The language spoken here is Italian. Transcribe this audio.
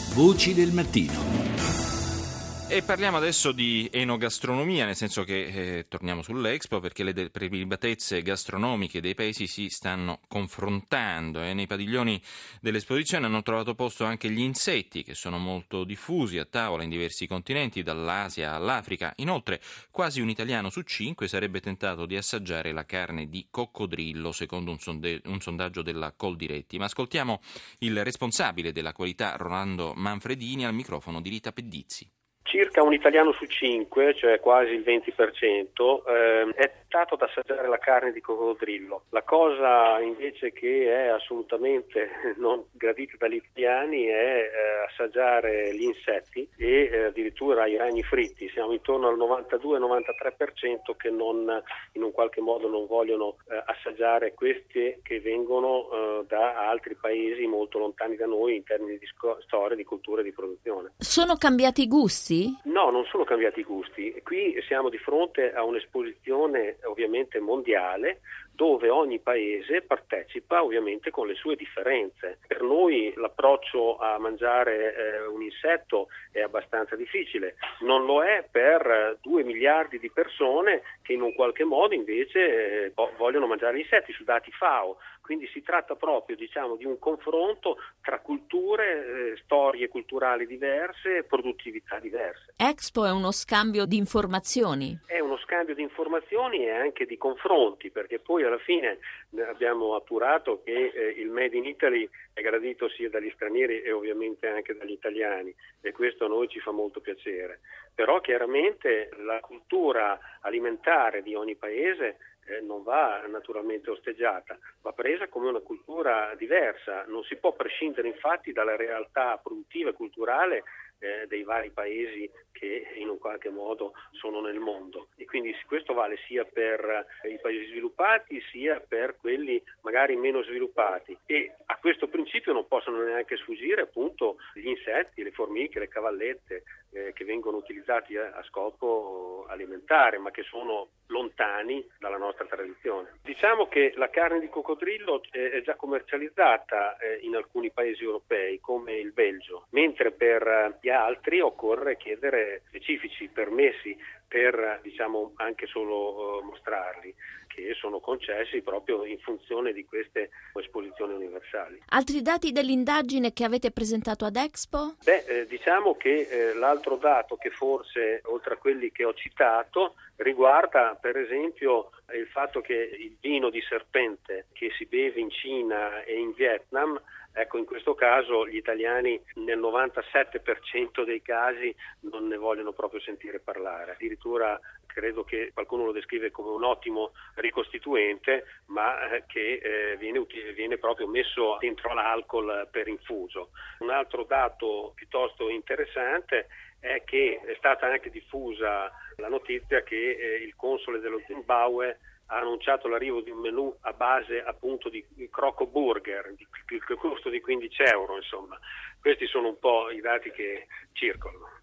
Voci del mattino. E parliamo adesso di enogastronomia, nel senso che torniamo sull'Expo perché le prelibatezze gastronomiche dei paesi si stanno confrontando e nei padiglioni dell'esposizione hanno trovato posto anche gli insetti che sono molto diffusi a tavola in diversi continenti, dall'Asia all'Africa. Inoltre quasi un italiano su 5 sarebbe tentato di assaggiare la carne di coccodrillo, secondo un sondaggio della Coldiretti. Ma ascoltiamo il responsabile della qualità Rolando Manfredini al microfono di Rita Pedizzi. Circa un italiano su 5, cioè quasi il 20%, è tentato ad assaggiare la carne di coccodrillo. La cosa invece che è assolutamente non gradita dagli italiani è assaggiare gli insetti e addirittura i ragni fritti. Siamo intorno al 92-93% che in un qualche modo non vogliono assaggiare queste che vengono da altri paesi molto lontani da noi in termini di storia, di cultura e di produzione. Sono cambiati i gusti? No, non sono cambiati i gusti. Qui siamo di fronte a un'esposizione ovviamente mondiale dove ogni paese partecipa ovviamente con le sue differenze. Per noi l'approccio a mangiare un insetto è abbastanza difficile, non lo è per 2 miliardi di persone che in un qualche modo invece vogliono mangiare gli insetti su dati FAO. Quindi si tratta proprio, di un confronto tra culture, storie culturali diverse, produttività diverse. Expo è uno scambio di informazioni. È uno scambio di informazioni e anche di confronti, perché poi alla fine abbiamo appurato che il Made in Italy è gradito sia dagli stranieri e ovviamente anche dagli italiani, e questo a noi ci fa molto piacere. Però chiaramente la cultura alimentare di ogni paese non va naturalmente osteggiata, va presa come una cultura diversa. Non si può prescindere infatti dalla realtà produttiva e culturale dei vari paesi che in un qualche modo sono nel mondo, e quindi questo vale sia per i paesi sviluppati sia per quelli magari meno sviluppati, e a questo principio non possono neanche sfuggire appunto gli insetti, le formiche, le cavallette che vengono utilizzati a scopo alimentare ma che sono lontani dalla nostra tradizione. Diciamo che la carne di coccodrillo è già commercializzata in alcuni paesi europei come il Belgio, mentre per gli altri occorre chiedere specifici permessi per anche solo mostrarli, che sono concessi proprio in funzione di queste esposizioni universali. Altri dati dell'indagine che avete presentato ad Expo? Diciamo che l'altro dato che forse, oltre a quelli che ho citato, riguarda per esempio il fatto che il vino di serpente che si beve in Cina e in Vietnam, ecco, in questo caso gli italiani nel 97% dei casi non ne vogliono proprio sentire parlare. Addirittura credo che qualcuno lo descrive come un ottimo ricostituente, ma che viene proprio messo dentro l'alcol per infuso. Un altro dato piuttosto interessante è che è stata anche diffusa la notizia che il console dello Zimbabwe ha annunciato l'arrivo di un menù a base appunto di croco burger, il costo di 15 euro, insomma. Questi sono un po' i dati che circolano.